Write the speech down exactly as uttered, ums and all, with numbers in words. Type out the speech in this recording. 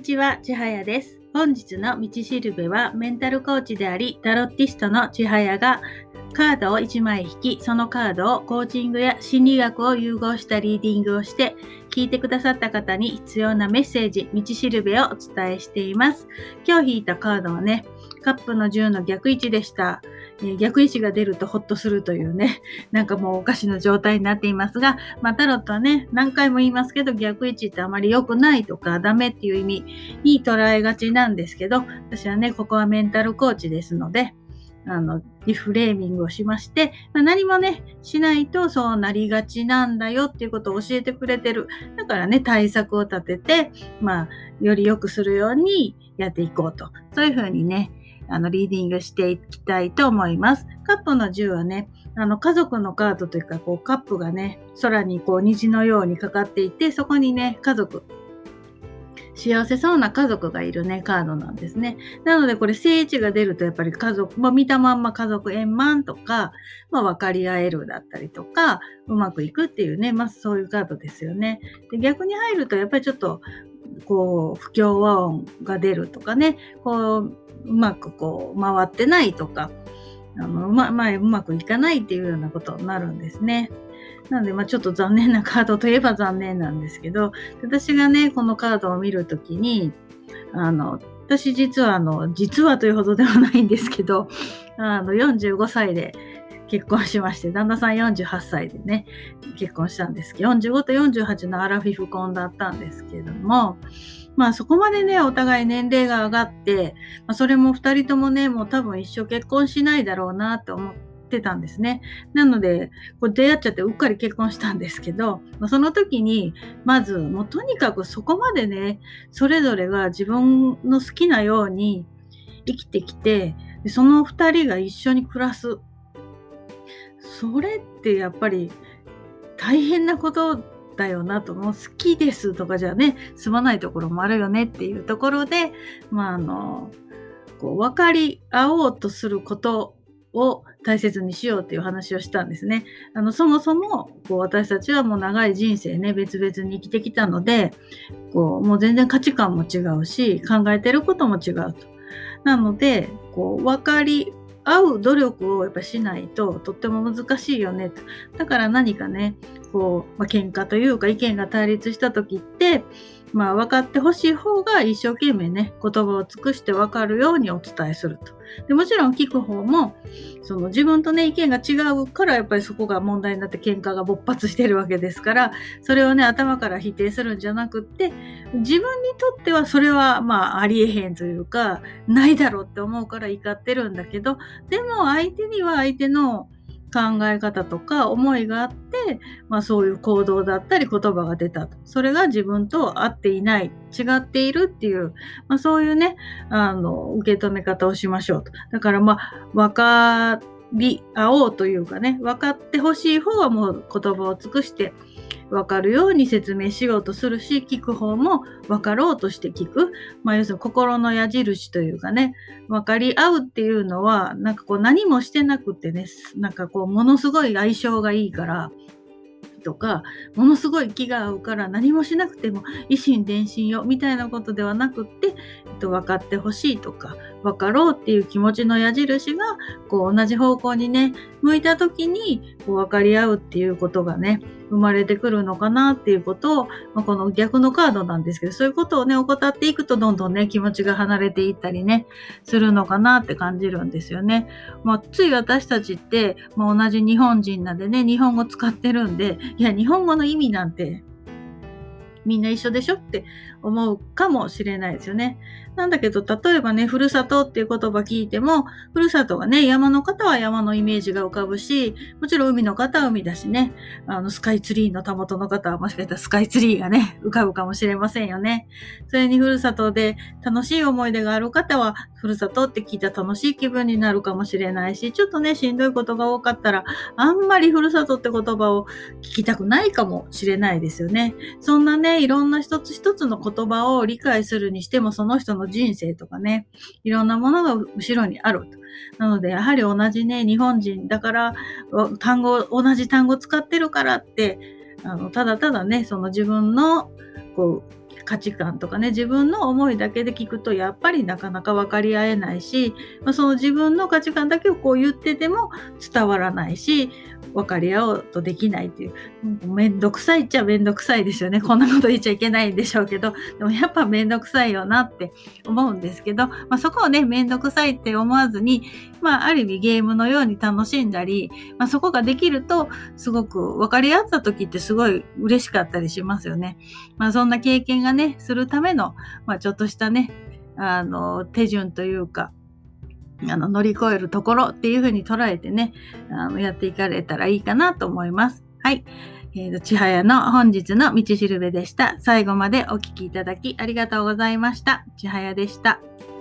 ちは、ちはやです。本日の道しるべはメンタルコーチでありタロッティストのちはやがカードをいちまい引き、そのカードをコーチングや心理学を融合したリーディングをして聞いてくださった方に必要なメッセージ、道しるべをお伝えしています。今日引いたカードはね、カップのじゅうの逆位置でした。逆位置が出るとホッとするというね、なんかもうおかしな状態になっていますが、まあタロットはね、何回も言いますけど、逆位置ってあまり良くないとかダメっていう意味に捉えがちなんですけど、私はね、ここはメンタルコーチですので、あの、リフレーミングをしまして、まあ、何もね、しないとそうなりがちなんだよっていうことを教えてくれてる。だからね、対策を立てて、まあ、より良くするようにやっていこうと。そういうふうにね、あの、リーディングしていきたいと思います。カップのじゅうはね、あの、家族のカードというか、こう、カップがね、空にこう、虹のようにかかっていて、そこにね、家族、幸せそうな家族がいるね、カードなんですね。なので、これ、正位置が出ると、やっぱり家族、まあ、見たまんま家族円満とか、まあ、分かり合えるだったりとか、うまくいくっていうね、まあ、そういうカードですよね。で、逆に入ると、やっぱりちょっと、こう、不協和音が出るとかね、こう、うまくこう、回ってないとか、あの、ま、まあ、うまくいかないっていうようなことになるんですね。なので、まあ、ちょっと残念なカードといえば残念なんですけど、私がね、このカードを見るときに、あの、私実はあの、実はというほどではないんですけど、あの、よんじゅうごさいで結婚しまして、旦那さんよんじゅうはっさいでね、結婚したんですけど、よんじゅうごとよんじゅうはちのアラフィフ婚だったんですけども、まあそこまでね、お互い年齢が上がって、まあ、それも二人ともね、もう多分一生結婚しないだろうなって思ってたんですね。なので、こう出会っちゃってうっかり結婚したんですけど、まあ、その時に、まずもうとにかくそこまでね、それぞれが自分の好きなように生きてきて、でその二人が一緒に暮らす。それってやっぱり大変なことだよなと、もう好きですとかじゃね、済まないところもあるよねっていうところで、まああの、こう分かり合おうとすることを大切にしようっていう話をしたんですね。あの、そもそも、こう私たちはもう長い人生ね、別々に生きてきたので、こう、もう全然価値観も違うし、考えてることも違うと。なので、こう、分かり合う努力をやっぱしないととっても難しいよねと。だから何かね、こう、まあ、喧嘩というか意見が対立した時って、まあ分かってほしい方が一生懸命ね、言葉を尽くして分かるようにお伝えすると。でもちろん聞く方も、その自分とね、意見が違うからやっぱりそこが問題になって喧嘩が勃発してるわけですから、それをね、頭から否定するんじゃなくって、自分にとってはそれはまあありえへんというか、ないだろうって思うから怒ってるんだけど、でも相手には相手の考え方とか思いがあって、まあそういう行動だったり言葉が出たと。それが自分と合っていない、違っているっていう、まあそういうね、あの、受け止め方をしましょうと。だからまあ、分かり合おうというかね、分かってほしい方はもう言葉を尽くして、分かるように説明しようとするし、聞く方も分かろうとして聞く。まあ要するに心の矢印というかね、分かり合うっていうのは、なんかこう何もしてなくてね、なんかこうものすごい相性がいいから、とか、ものすごい気が合うから何もしなくても一心伝心よみたいなことではなくって、えっと、分かってほしいとか分かろうっていう気持ちの矢印がこう同じ方向にね向いた時にこう分かり合うっていうことがね生まれてくるのかなっていうことを、まあ、この逆のカードなんですけど、そういうことをね怠っていくとどんどんね気持ちが離れていったりねするのかなって感じるんですよね。まあ、つい私たちって、まあ、同じ日本人なんでね日本語使ってるんで、いや日本語の意味なんてみんな一緒でしょって思うかもしれないですよね。なんだけど、例えばね、ふるさとっていう言葉聞いても、ふるさとがね、山の方は山のイメージが浮かぶし、もちろん海の方は海だしね、あの、スカイツリーのたもとの方はもしかしたらスカイツリーがね、浮かぶかもしれませんよね。それにふるさとで楽しい思い出がある方は、ふるさとって聞いたら楽しい気分になるかもしれないし、ちょっとね、しんどいことが多かったら、あんまりふるさとって言葉を聞きたくないかもしれないですよね。そんなね、いろんな一つ一つの言葉を理解するにしても、その人の人生とかね、いろんなものが後ろにあると。なので、やはり同じね、日本人だから、単語、同じ単語使ってるからって、あの、ただただね、その自分の、こう、 価値観とかね、自分の思いだけで聞くとやっぱりなかなか分かり合えないし、まあ、その自分の価値観だけをこう言ってても伝わらないし、分かり合おうとできないっていう、めんどくさいっちゃめんどくさいですよね。こんなこと言っちゃいけないんでしょうけど、でもやっぱめんどくさいよなって思うんですけど、まあ、そこをね、めんどくさいって思わずに、まあ、ある意味ゲームのように楽しんだり、まあ、そこができるとすごく分かり合った時ってすごい嬉しかったりしますよね。まあ、そんな経験がね、するための、まあ、ちょっとしたね、あの、手順というか、あの乗り越えるところっていう風に捉えてね、あのやっていかれたらいいかなと思います。はい。えーと、ちはやの本日の道しるべでした。最後までお聞きいただきありがとうございました。ちはやでした。